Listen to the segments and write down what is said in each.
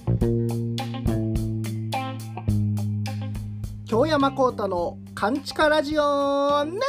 京山幸太のカンチカラジオね。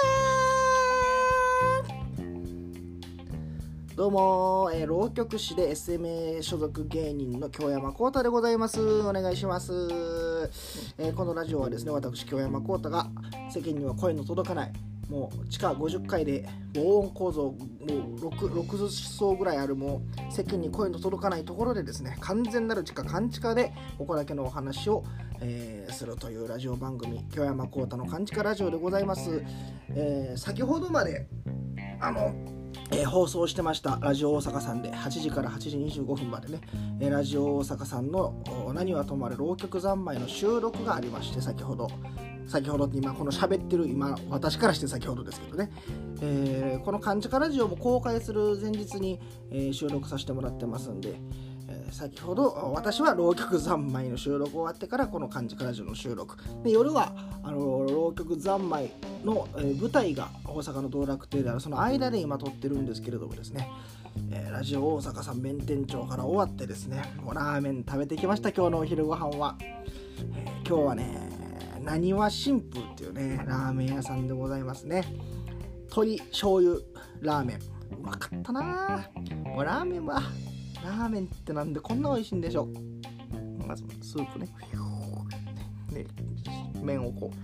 どうも、浪曲師で SMA 所属芸人の京山幸太でございます。お願いします。このラジオはですね、私京山幸太が世間には声の届かないもう地下50階で防音構造もう 60層ぐらいあるもう世間に声の届かないところでですね、完全なる地下勘地下でここだけのお話を、するというラジオ番組、京山幸太の勘地下ラジオでございます。先ほどまで放送してましたラジオ大阪さんで8時から8時25分までね、ラジオ大阪さんの何はともあれ浪曲三昧の収録がありまして、先ほどって今この喋ってる今私からして先ほどですけどね、このカンチカラジオも公開する前日に、収録させてもらってますんで、先ほど私は浪曲三昧の収録終わってからこのカンチカラジオの収録で、夜は浪曲三昧の、舞台が大阪の道楽亭であるその間で今撮ってるんですけれどもですね、ラジオ大阪さん弁天町から終わってですね、もうラーメン食べてきました。今日のお昼ご飯は、今日はねなにわ新風っていうねラーメン屋さんでございますね。鶏醤油ラーメンうまかったな。もうラーメンってなんでこんな美味しいんでしょう。まずスープね、で麺をこ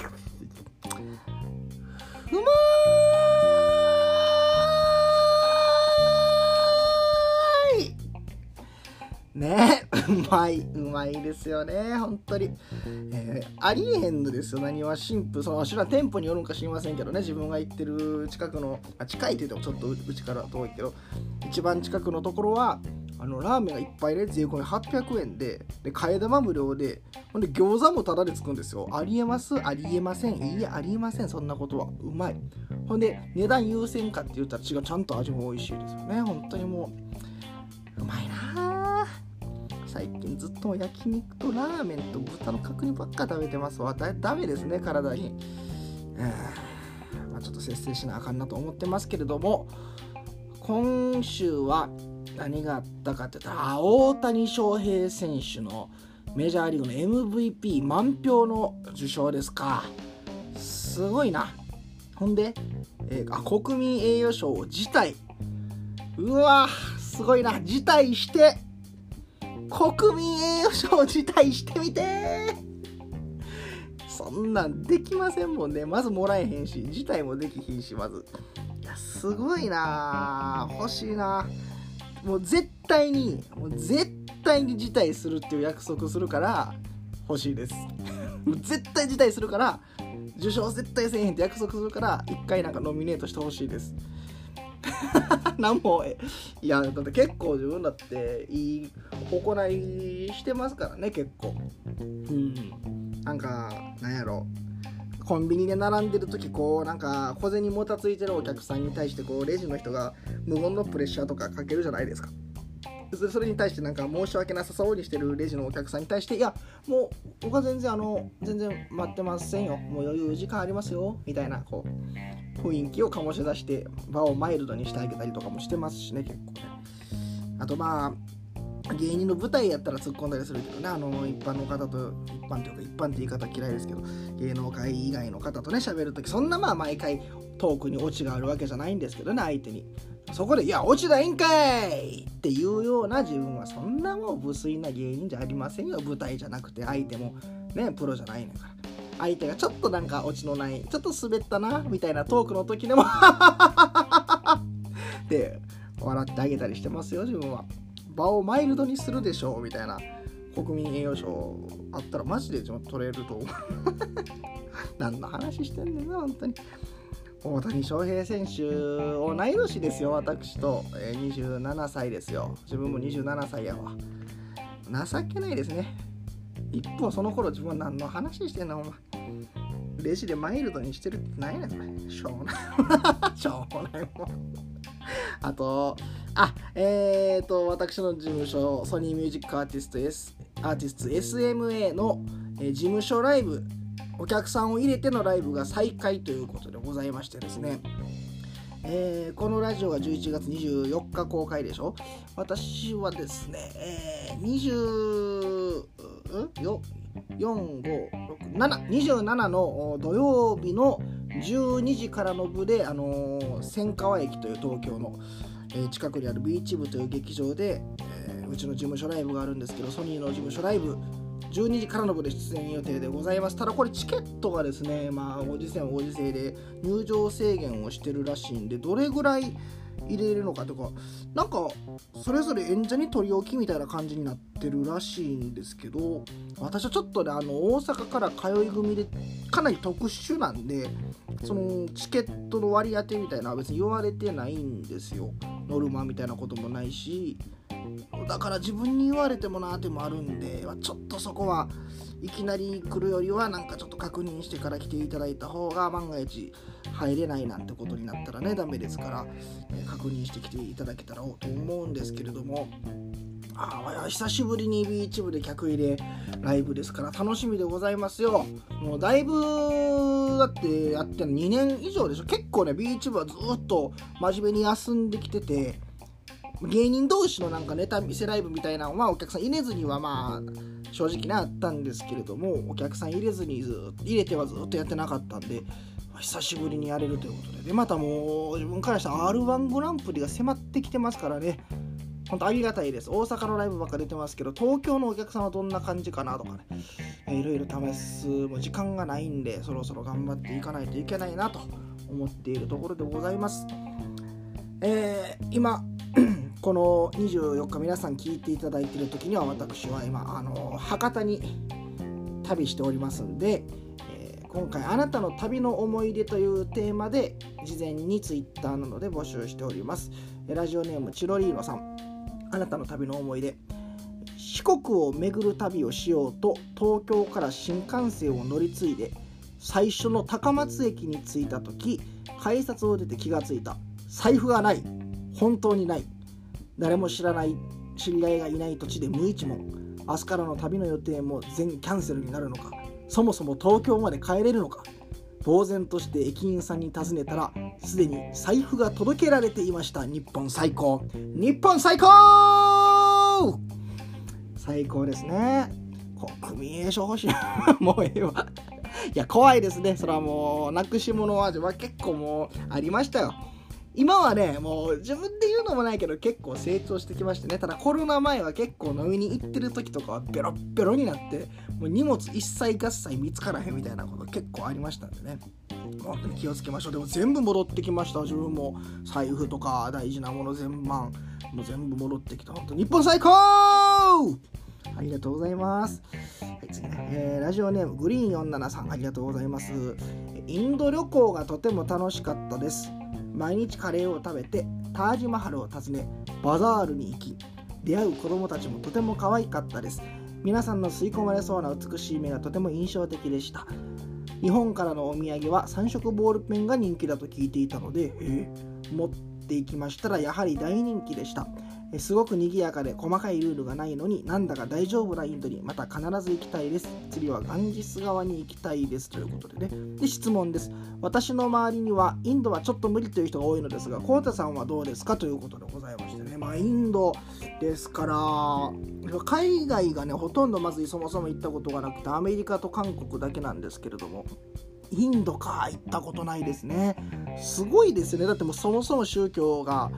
うまいね、うまいですよね本当に、ありえへんのですよ。何は新婦、その店舗によるんか知りませんけどね、自分が行ってる近くの近いって言ってもちょっとうちから遠いけど、一番近くのところはラーメンがいっぱいで税込み800円で替え玉無料で、ほんで餃子もタダでつくんですよ。ありえます？ありえません。いいえ、ありえません。そんなことは。うまい。ほんで値段優先かって言ったら違う、ちゃんと味も美味しいですよね。本当にもううまいな。最近ずっと焼肉とラーメンと豚の角煮ばっか食べてますわ。ダメですね、体に。ちょっと節制しなあかんなと思ってますけれども、今週は何があったかって言ったら、大谷翔平選手のメジャーリーグの MVP 満票の受賞ですか。すごいな。ほんで、国民栄誉賞を辞退。うわすごいな。辞退して国民栄誉賞を辞退してみて。そんなんできませんもんね。まずもらえへんし、辞退もできひんし、まず。いやすごいな。欲しいな。もう絶対に辞退するっていう約束するから欲しいです。絶対辞退するから、受賞絶対せえへんって約束するから一回なんかノミネートしてほしいです。なんもいやだって結構自分だっていい行いしてますからね、結構。なんかなんやろ、コンビニで並んでる時こうなんか小銭もたついてるお客さんに対してこうレジの人が無言のプレッシャーとかかけるじゃないですか。それに対してなんか申し訳なさそうにしてるレジのお客さんに対して、いやもう僕は全然待ってませんよ、もう余裕時間ありますよみたいなこう雰囲気を醸し出して場をマイルドにしてあげたりとかもしてますしね、結構ね。あと芸人の舞台やったら突っ込んだりするけどね、一般の方と、一般って言い方嫌いですけど、芸能界以外の方とね喋るとき、そんな毎回トークにオチがあるわけじゃないんですけどね、相手にそこでいやオチだいんかいっていうような自分はそんなもう無粋な芸人じゃありませんよ。舞台じゃなくて相手もねプロじゃないのから、相手がちょっとなんかオチのないちょっと滑ったなみたいなトークの時でもで笑ってあげたりしてますよ。自分は場をマイルドにするでしょうみたいな国民栄誉賞あったらマジで取れると思う。何の話してんねんな本当に。大谷翔平選手同い年ですよ、私と、27歳ですよ。自分も27歳やわ。情けないですね。一方その頃自分は何の話してんのお前。レジでマイルドにしてるって何やねんそれ。しょうないもん。あと私の事務所ソニーミュージックアーティスト SMA の、事務所ライブ、お客さんを入れてのライブが再開ということでございましてですね、 このラジオが11月24日公開でしょ。私はですね、27の土曜日の12時からの部で、千川駅という東京の、近くにあるビーチ部という劇場で、うちの事務所ライブがあるんですけど、ソニーの事務所ライブ12時からの部で出演予定でございます。ただこれチケットがですね、ご時世はご時世で入場制限をしてるらしいんで、どれぐらい入れるのかとか、なんかそれぞれ演者に取り置きみたいな感じになってるらしいんですけど、私はちょっとね、大阪から通い組でかなり特殊なんで、そのチケットの割り当てみたいなのは別に言われてないんですよ。ノルマみたいなこともないし、だから自分に言われてもなーってもあるんで、ちょっとそこはいきなり来るよりはなんかちょっと確認してから来ていただいた方が、万が一入れないなんてことになったらねダメですから、確認してきていただけたらと思うんですけれども、久しぶりにビーチ部で客入れライブですから楽しみでございますよ。もうだいぶだってやってるの2年以上でしょ。結構ね、ビーチ部はずっと真面目に休んできてて、芸人同士のなんかネタ見せライブみたいなのはお客さん入れずには正直ねあったんですけれども、お客さん入れれてはずっとやってなかったんで、久しぶりにやれるということで、またもう自分からしたら R1 グランプリが迫ってきてますからね、本当ありがたいです。大阪のライブばっか出てますけど、東京のお客さんはどんな感じかなとかね、いろいろ試すも時間がないんで、そろそろ頑張っていかないといけないなと思っているところでございます。今この24日皆さん聞いていただいている時には、私は今博多に旅しておりますんで、今回あなたの旅の思い出というテーマで事前にツイッターなどで募集しております。ラジオネームチロリーノさん、あなたの旅の思い出。四国を巡る旅をしようと東京から新幹線を乗り継いで最初の高松駅に着いた時、改札を出て気がついた。財布がない。本当にない。誰も知らない知り合いがいない土地で無一文。明日からの旅の予定も全キャンセルになるのか、そもそも東京まで帰れるのか。呆然として駅員さんに尋ねたら、すでに財布が届けられていました。日本最高。日本最高。最高ですね。国民栄誉欲しいもうええわ。いや怖いですね。それはもうなくし物は結構もうありましたよ。今はね、もう自分で言うのもないけど結構成長してきましてね。ただコロナ前は結構飲みに行ってる時とかはベロッベロになって、もう荷物一切合切見つからへんみたいなこと結構ありましたんでね、本当に気をつけましょう。でも全部戻ってきました。自分も財布とか大事なものもう全部戻ってきた。本当に日本最高。ありがとうございます。次ね、ラジオネームグリーン47さん、ありがとうございます。インド旅行がとても楽しかったです。毎日カレーを食べてタージマハルを訪ね、バザールに行き、出会う子供たちもとても可愛かったです。皆さんの吸い込まれそうな美しい目がとても印象的でした。日本からのお土産は3色ボールペンが人気だと聞いていたので、持っていきましたらやはり大人気でした。すごく賑やかで細かいルールがないのになんだか大丈夫なインドにまた必ず行きたいです。次はガンジス川に行きたいですということでね。で質問です。私の周りにはインドはちょっと無理という人が多いのですが、コウタさんはどうですかということでございましてね。インドですから海外がねほとんどまずそもそも行ったことがなくて、アメリカと韓国だけなんですけれども、インドか行ったことないですね。すごいですね。だってもうそもそも宗教が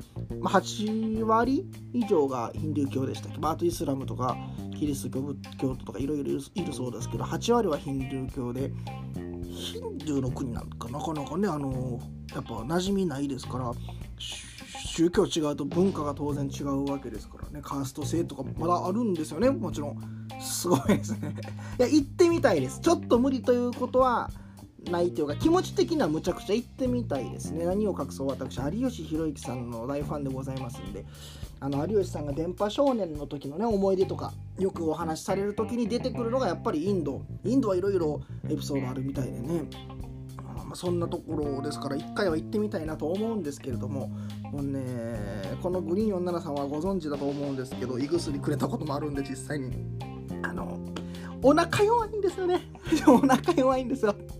8割以上がヒンドゥー教でしたっけ。あとイスラムとかキリスト教、仏教とかいろいろいるそうですけど、8割はヒンドゥー教で、ヒンドゥーの国なんかなかなかねやっぱ馴染みないですから、宗教違うと文化が当然違うわけですからね。カースト制とかもまだあるんですよね。もちろんすごいですね。いや行ってみたいです。ちょっと無理ということはないというか、気持ち的にはむちゃくちゃ行ってみたいですね。何を隠そう、私有吉弘行さんの大ファンでございますんで、有吉さんが電波少年の時のね思い出とかよくお話しされる時に出てくるのがやっぱりインドはいろいろエピソードあるみたいでね、そんなところですから一回は行ってみたいなと思うんですけれども、もうねこのグリーン47さんはご存知だと思うんですけど、胃薬くれたこともあるんで、実際にお腹弱いんですよねお腹弱いんですよ。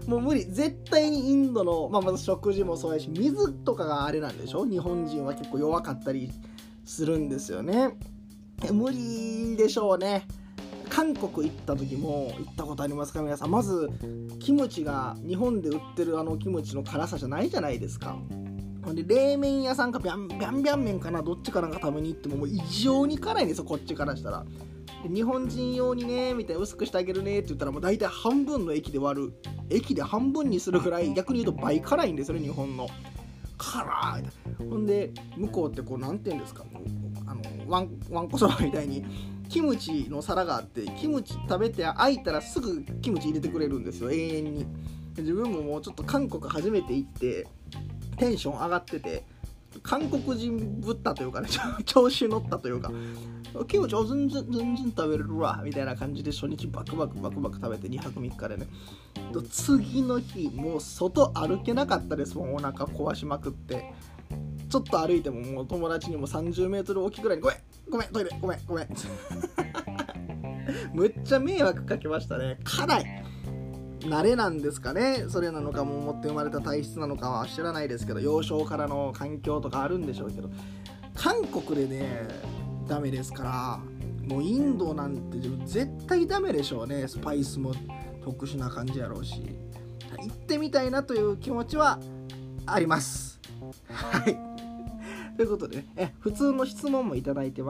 もう無理。絶対にインドの、まず食事もそうやし、水とかがあれなんでしょ。日本人は結構弱かったりするんですよね。無理でしょうね。韓国行った時も行ったことありますか皆さん。まずキムチが日本で売ってるキムチの辛さじゃないじゃないですか。で冷麺屋さんかビャンビャン麺かな、どっちかなんか食べに行ってももう異常に辛いんですよ、こっちからしたら。で日本人用にねみたいな、薄くしてあげるねって言ったらもう大体半分の液で割る、液で半分にするぐらい、逆に言うと倍辛いんですよね、日本の。辛い。ほんで向こうってこうなんて言うんですか、わんこそばみたいにキムチの皿があって、キムチ食べて開いたらすぐキムチ入れてくれるんですよ、永遠に。自分ももうちょっと韓国初めて行ってテンション上がってて、韓国人ぶったというかね、調子乗ったというか、キムチ全然食べれるわみたいな感じで初日バクバク食べて2泊3日でね、次の日もう外歩けなかったですもん。お腹壊しまくって、ちょっと歩いてももう友達にも30メートルおきぐらいにごめんトイレごめんむっちゃ迷惑かけましたね。辛い。慣れなんですかね、それなのかも持って生まれた体質なのかは知らないですけど、幼少からの環境とかあるんでしょうけど、韓国でねダメですから、もうインドなんて絶対ダメでしょうね。スパイスも特殊な感じやろうし、行ってみたいなという気持ちはあります。はいということでね、普通の質問もいただいてます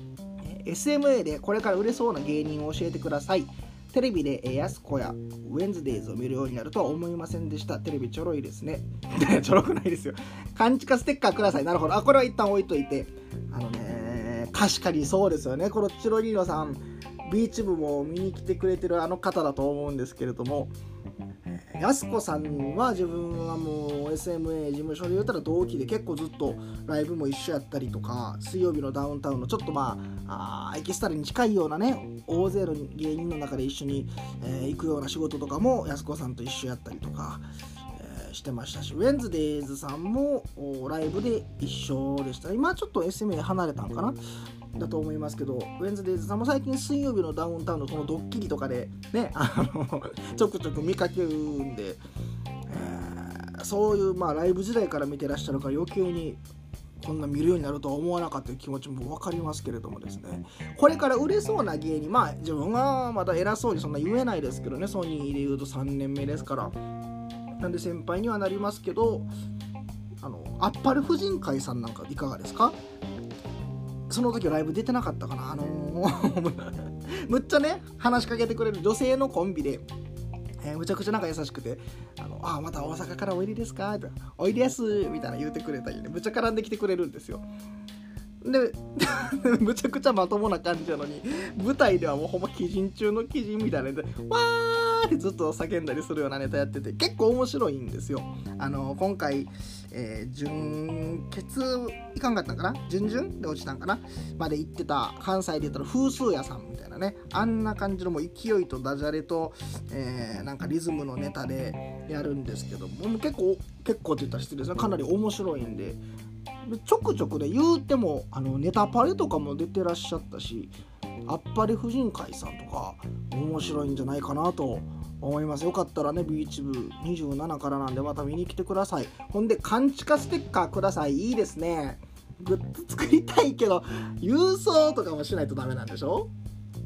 。SMA でこれから売れそうな芸人を教えてください。テレビでやすこやウェンズデイズを見るようになるとは思いませんでした。テレビちょろいですね。ちょろくないですよ。勘違いステッカーください。なるほど。これは一旦置いといて、確かにそうですよね。このチロリーノさん、ビーチ部も見に来てくれてる方だと思うんですけれども、やすこさんは自分はもう SMA 事務所で言ったら同期で、結構ずっとライブも一緒やったりとか、水曜日のダウンタウンのちょっとエキストラに近いようなね、大勢の芸人の中で一緒に、行くような仕事とかもやすこさんと一緒やったりとか、してましたし、ウェンズデイズさんもライブで一緒でした。今ちょっと SMA 離れたんかなだと思いますけど、ウェンズデイズさんも最近水曜日のダウンタウンのそのドッキリとかでねちょくちょく見かけるんで、そういうライブ時代から見てらっしゃるから余計にこんな見るようになるとは思わなかった気持ちも分かりますけれどもですね、これから売れそうな芸人、自分がまだ偉そうにそんな言えないですけどね、ソニーで言うと3年目ですから、なんで先輩にはなりますけど、アッパル婦人会さんなんかいかがですか？その時ライブ出てなかったかな。むっちゃね話しかけてくれる女性のコンビで、むちゃくちゃなんか優しくて、また大阪からおいでですかって、おいでやすみたいな言うてくれたりね、むちゃ絡んできてくれるんですよ。でむちゃくちゃまともな感じなのに、舞台ではもうほんま鬼人中の鬼人みたいなで、わーってずっと叫んだりするようなネタやってて、結構面白いんですよ。今回、準決いかんかったんかな、準々で落ちたんかなまで行ってた、関西で言ったら風数屋さんみたいなね、あんな感じのもう勢いとダジャレと、なんかリズムのネタでやるんですけども、結構って言ったら失礼ですね、かなり面白いんで、ちょくちょくで言うてもネタパレとかも出てらっしゃったし、あっぱれ婦人会さんとか面白いんじゃないかなと思います。よかったらね、ビーチ部27からなんでまた見に来てください。ほんで勘違いステッカーください。いいですね。グッズ作りたいけど郵送とかもしないとダメなんでしょ。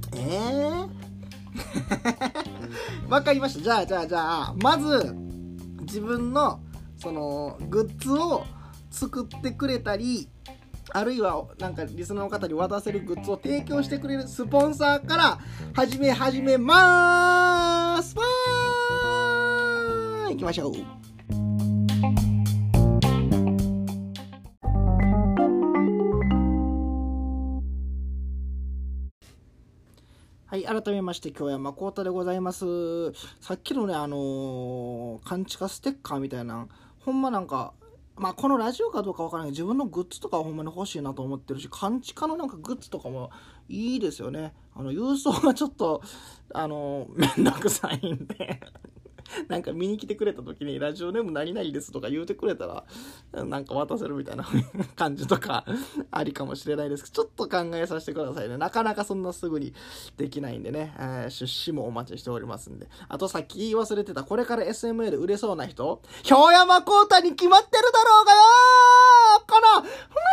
わかりました。じゃあまず自分のそのグッズを作ってくれたり、あるいはなんかリスナーの方に渡せるグッズを提供してくれるスポンサーから始めまーす。行きましょう。はい、改めまして京山幸太でございます。さっきのね勘違いステッカーみたいな、ほんまなんかこのラジオかどうかわからないけど、自分のグッズとかはほんまに欲しいなと思ってるし、勘違いのなんかグッズとかもいいですよね。郵送がちょっとめんどくさいんでなんか見に来てくれた時にラジオネーム何々ですとか言うてくれたらなんか渡せるみたいな感じとかありかもしれないですけど、ちょっと考えさせてくださいね。なかなかそんなすぐにできないんでね、出資もお待ちしておりますんで。あとさっき言い忘れてた、これから SML 売れそうな人、京山幸太に決まってるだろうがよーこの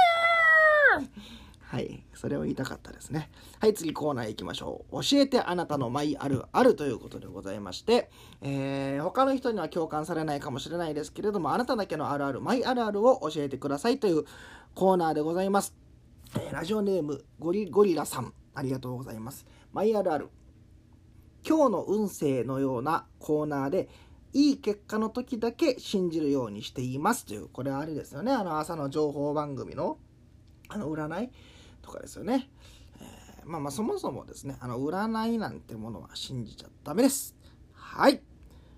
はい、それを言いたかったですね。はい、次コーナー行きましょう。教えてあなたのマイあるあるということでございまして、他の人には共感されないかもしれないですけれども、あなただけのあるある、マイあるあるを教えてくださいというコーナーでございます。ラジオネームゴリラさん、ありがとうございます。マイあるある。今日の運勢のようなコーナーで、いい結果の時だけ信じるようにしていますという、これあれですよね、朝の情報番組の占いとかですよね。そもそもですね、占いなんてものは信じちゃダメです。はい。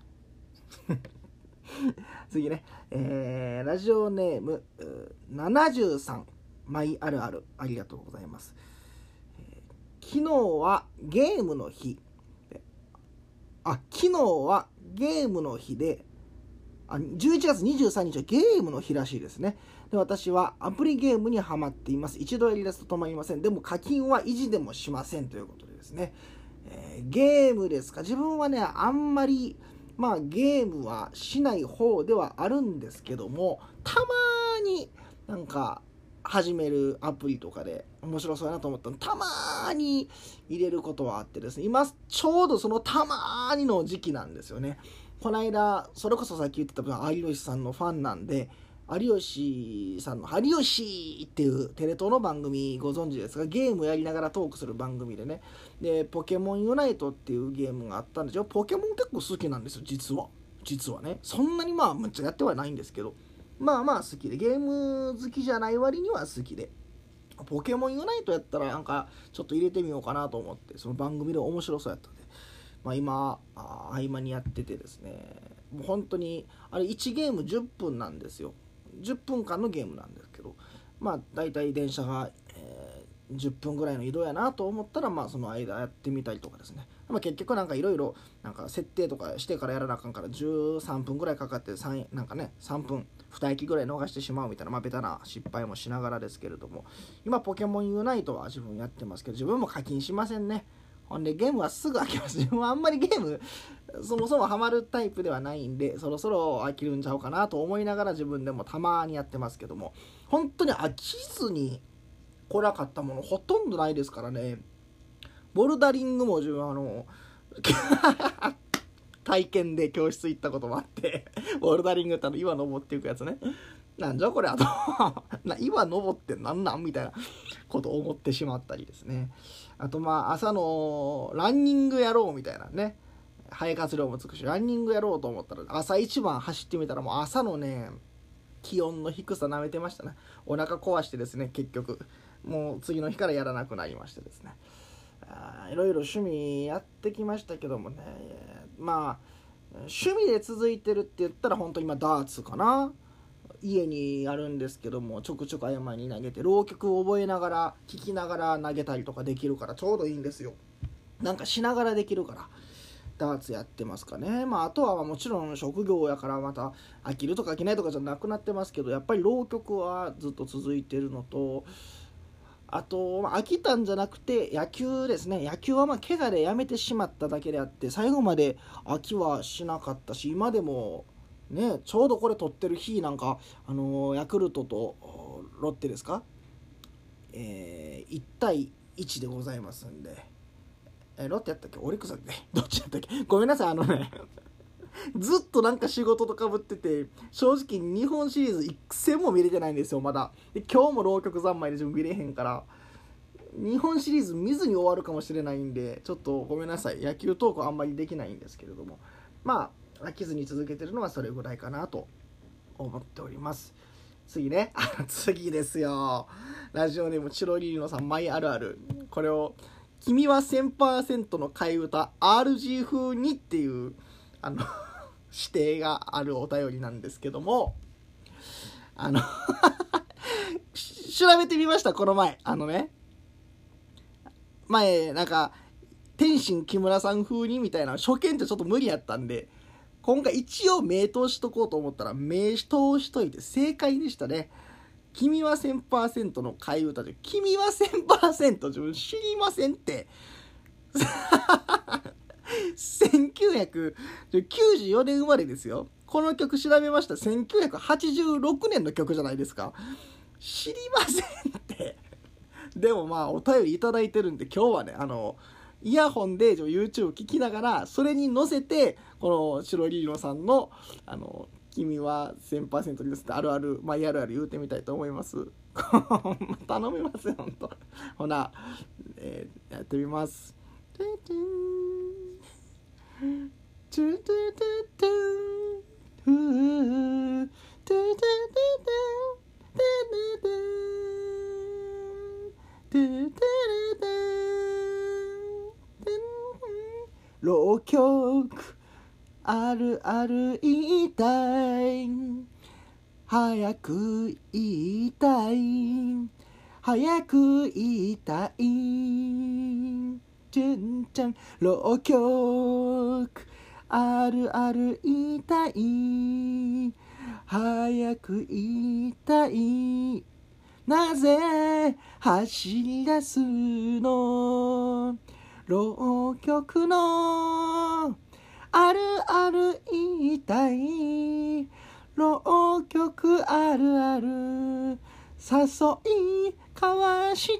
次ね、ラジオネーム73、マイあるある、ありがとうございます。昨日はゲームの日で、11月23日はゲームの日らしいですね。で、私はアプリゲームにハマっています。一度やり出すと止まりません。でも課金は維持でもしませんということでですね。ゲームですか。自分はね、あんまりゲームはしない方ではあるんですけども、たまになんか始めるアプリとかで面白そうやなと思ったのたまに入れることはあってですね、今ちょうどそのたまにの時期なんですよね。この間それこそさっき言ってた有吉さんのファンなんで、有吉さんの有吉っていうテレ東の番組ご存知ですか。ゲームやりながらトークする番組でね、でポケモンユナイトっていうゲームがあったんですよ。ポケモン結構好きなんですよ、実はね。そんなにむっちゃやってはないんですけど、好きで、ゲーム好きじゃない割には好きで、ポケモンユナイトやったらなんかちょっと入れてみようかなと思って、その番組で面白そうやったんで、今合間にやっててですね、もう本当にあれ1ゲーム10分なんですよ。10分間のゲームなんですけど、だいたい電車が、10分ぐらいの移動やなと思ったら、その間やってみたりとかですね、結局なんかいろいろ設定とかしてからやらなあかんから13分ぐらいかかって3分2駅ぐらい逃してしまうみたいな、ベタな失敗もしながらですけれども、今ポケモンユナイトは自分やってますけど、自分も課金しませんね。ほんでゲームはすぐ飽きます。自分はあんまりゲームそもそもハマるタイプではないんで、そろそろ飽きるんちゃうかなと思いながら自分でもたまにやってますけども、本当に飽きずに来なかったものほとんどないですからね。ボルダリングも自分体験で教室行ったこともあってボルダリングって岩登っていくやつね、なんじゃこれ、あと岩登ってなんみたいなことを思ってしまったりですね。あと朝のランニングやろうみたいなね、肺活量もつくしランニングやろうと思ったら朝一番走ってみたら、もう朝のね気温の低さ舐めてましたね。お腹壊してですね、結局もう次の日からやらなくなりましてですね、いろいろ趣味やってきましたけどもね、趣味で続いてるって言ったら本当にダーツかな。家にあるんですけども、ちょくちょく合間に投げて、浪曲を覚えながら聴きながら投げたりとかできるからちょうどいいんですよ。なんかしながらできるからダーツやってますかね。あとはもちろん職業やからまた飽きるとか飽きないとかじゃなくなってますけど、やっぱり浪曲はずっと続いてるのと、あと飽きたんじゃなくて野球ですね。野球は怪我でやめてしまっただけであって、最後まで飽きはしなかったし、今でもね、ちょうどこれ撮ってる日なんかヤクルトとロッテですか、1対1でございますんで、ロッテやったっけオリックスだっけどっちやったっけ、ごめんなさいずっとなんか仕事とかぶってて、正直日本シリーズ一戦も見れてないんですよまだ。で今日も浪曲三昧で自分見れへんから、日本シリーズ見ずに終わるかもしれないんで、ちょっとごめんなさい、野球トークあんまりできないんですけれども、飽きずに続けてるのはそれぐらいかなと思っております。次ね次ですよ。ラジオネームチロリーノさん、マイあるある。これを君は 1000% の替え歌 RG 風にっていう指定があるお便りなんですけども、調べてみました。この前なんか天心木村さん風にみたいな初見ってちょっと無理やったんで、 今回一応名通しとこうと思ったら名通しといて正解でしたね。君は 1000% の替え歌で、君は 1000% 自分知りませんって1994年生まれですよ。この曲調べました。1986年の曲じゃないですか。知りませんってでもまあお便りいただいてるんで、今日はねイヤホンでYouTube 聞きながら、それに乗せてこの白リーノさんの君は 1000% に乗せてあるあるマイあるある言うてみたいと思います頼みますよほんと。ほな、やってみます。浪曲あるある言いたい、早く言いたい、早く言いたい、ちんちゃん浪曲あるある言いたい、早く言いたい、なぜ走り出すの、浪曲のあるある言いたい、浪曲あるある誘い交わして、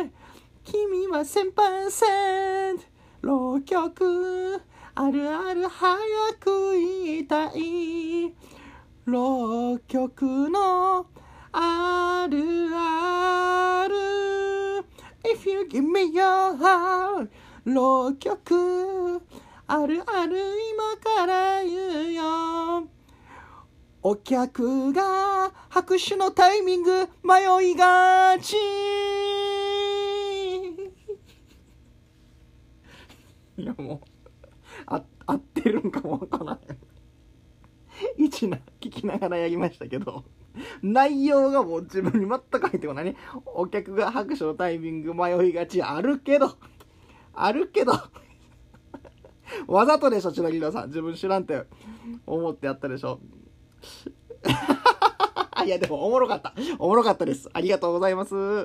君は 1000% 浪曲あるある早く言いたい、浪曲のあるある If you give me your heart 浪曲あるある今から言うよ、お客が拍手のタイミング迷いがちいやもう合ってるんかもわからない一な聞きながらやりましたけど、内容がもう自分に全く入ってこないね。お客が拍手のタイミング迷いがちあるけどわざとでしょ、千野リーさん。自分知らんって思ってやったでしょいやでもおもろかったです。ありがとうございます。はい、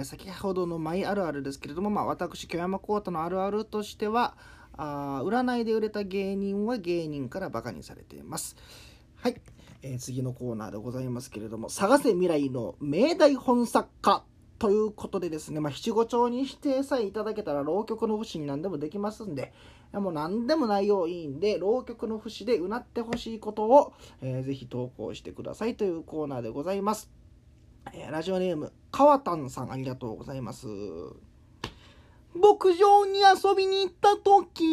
先ほどのマイあるあるですけれども、私京山幸太のあるあるとしては、占いで売れた芸人は芸人からバカにされています。はい、次のコーナーでございますけれども、探せ未来の名台本作家ということでですね、七五調に指定さえいただけたら浪曲の節に何でもできますんで、もう何でも内容いいんで、浪曲の節でうなってほしいことを、ぜひ投稿してくださいというコーナーでございます。ラジオネーム川丹さん、ありがとうございます。牧場に遊びに行ったとき、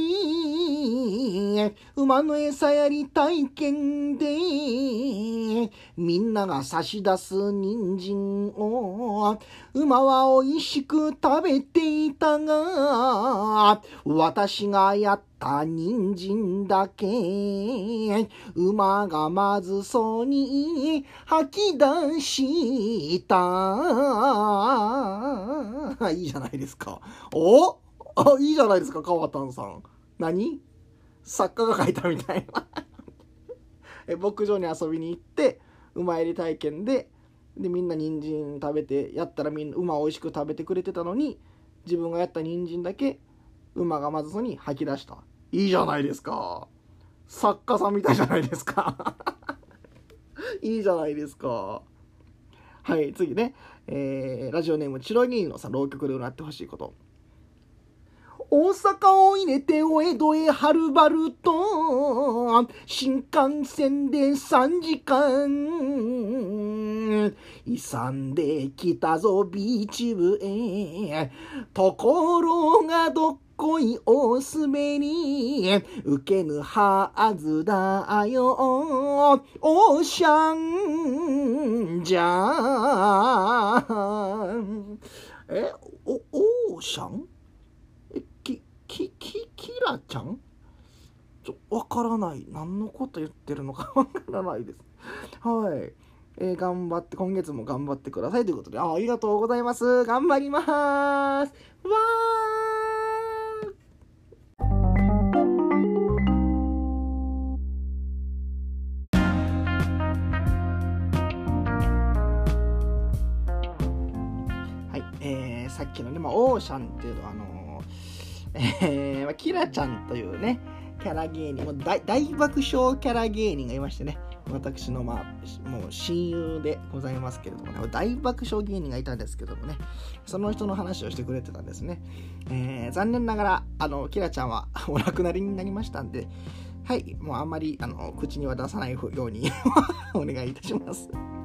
馬の餌やり体験で、みんなが差し出す人参を、馬は美味しく食べていたが、私がやった人参だけ、馬がまずそうに吐き出した。いいじゃないですか。いいじゃないですか、川丹さん。何？作家が書いたみたいな。牧場に遊びに行って、馬やり体験でみんな人参食べて、やったらみんな馬美味しく食べてくれてたのに、自分がやった人参だけ、馬がまずそうに吐き出した。いいじゃないですか。作家さんみたいじゃないですか。いいじゃないですか。はい、次ね。ラジオネームチロニーノさん、浪曲でうなってほしいこと。大阪を入れてお江戸へはるばると、新幹線で3時間、勇んできたぞビーチ部へ、ところがどっこいおすべり、受けぬはずだよ、オーシャンじゃん。オーシャン？キラちゃん？わからない。何のこと言ってるのかわからないです。はい。 頑張って、今月も頑張ってくださいということで、ありがとうございます。頑張ります。わー。さっきのね、オーシャンっていうのはキラちゃんというねキャラ芸人、大爆笑キャラ芸人がいましてね、私のもう親友でございますけれどもね、大爆笑芸人がいたんですけどもね、その人の話をしてくれてたんですね。残念ながらキラちゃんはお亡くなりになりましたんで、はい、もうあんまり口には出さないようにお願いいたします。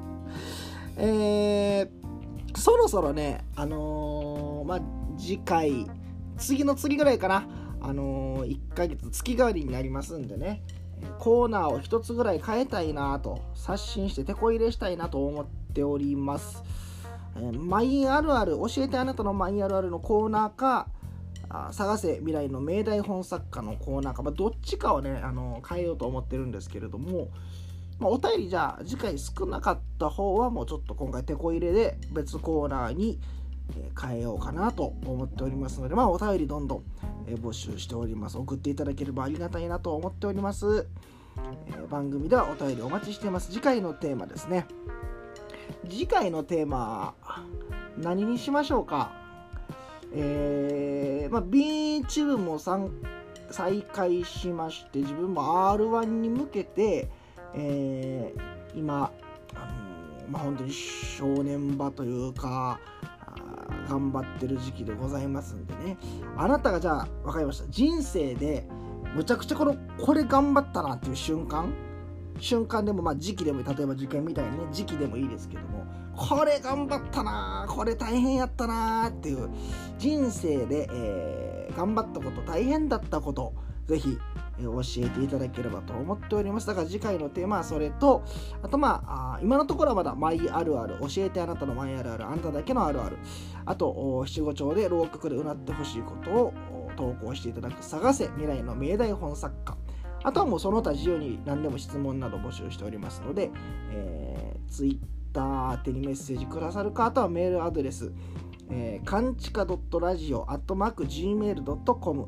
そろそろね、次回、次の次ぐらいかな、1ヶ月月替わりになりますんでね、コーナーを一つぐらい変えたいなと、刷新して手こ入れしたいなと思っております。マイあるある、教えてあなたのマイあるあるのコーナーか、探せ未来の名台本作家のコーナーか、どっちかをね、変えようと思ってるんですけれども、お便りじゃあ次回少なかった方はもうちょっと今回手こ入れで別コーナーに変えようかなと思っておりますので、お便りどんどん募集しております。送っていただければありがたいなと思っております。番組ではお便りお待ちしています。次回のテーマですね。次回のテーマ何にしましょうか。ビーチ部も再開しまして、自分も R1 に向けて今本当に正念場というか頑張ってる時期でございますんでね、あなたがじゃあ分かりました、人生でむちゃくちゃこれ頑張ったなっていう瞬間でも時期でも、例えば受験みたいにね時期でもいいですけども、これ頑張ったな、これ大変やったなっていう人生で、頑張ったこと、大変だったこと、ぜひ教えていただければと思っております。だから次回のテーマはそれと、あと今のところはまだマイあるある、教えてあなたのマイあるある、あんただけのあるある、あと七五調で浪曲でうなってほしいことを投稿していただく探せ未来の名台本作家、あとはもうその他自由に何でも質問など募集しておりますので、Twitter 宛てにメッセージくださるか、あとはメールアドレス、かんちか.radio@gmail.com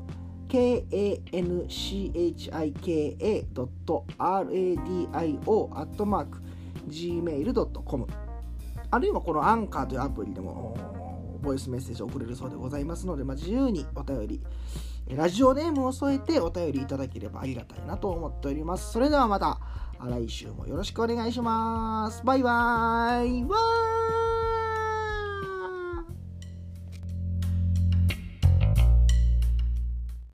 kanchika.radio@gmail.com、 あるいはこのアンカーというアプリでもボイスメッセージを送れるそうでございますので、自由にお便り、ラジオネームを添えてお便りいただければありがたいなと思っております。それではまた来週もよろしくお願いします。バイバーイ。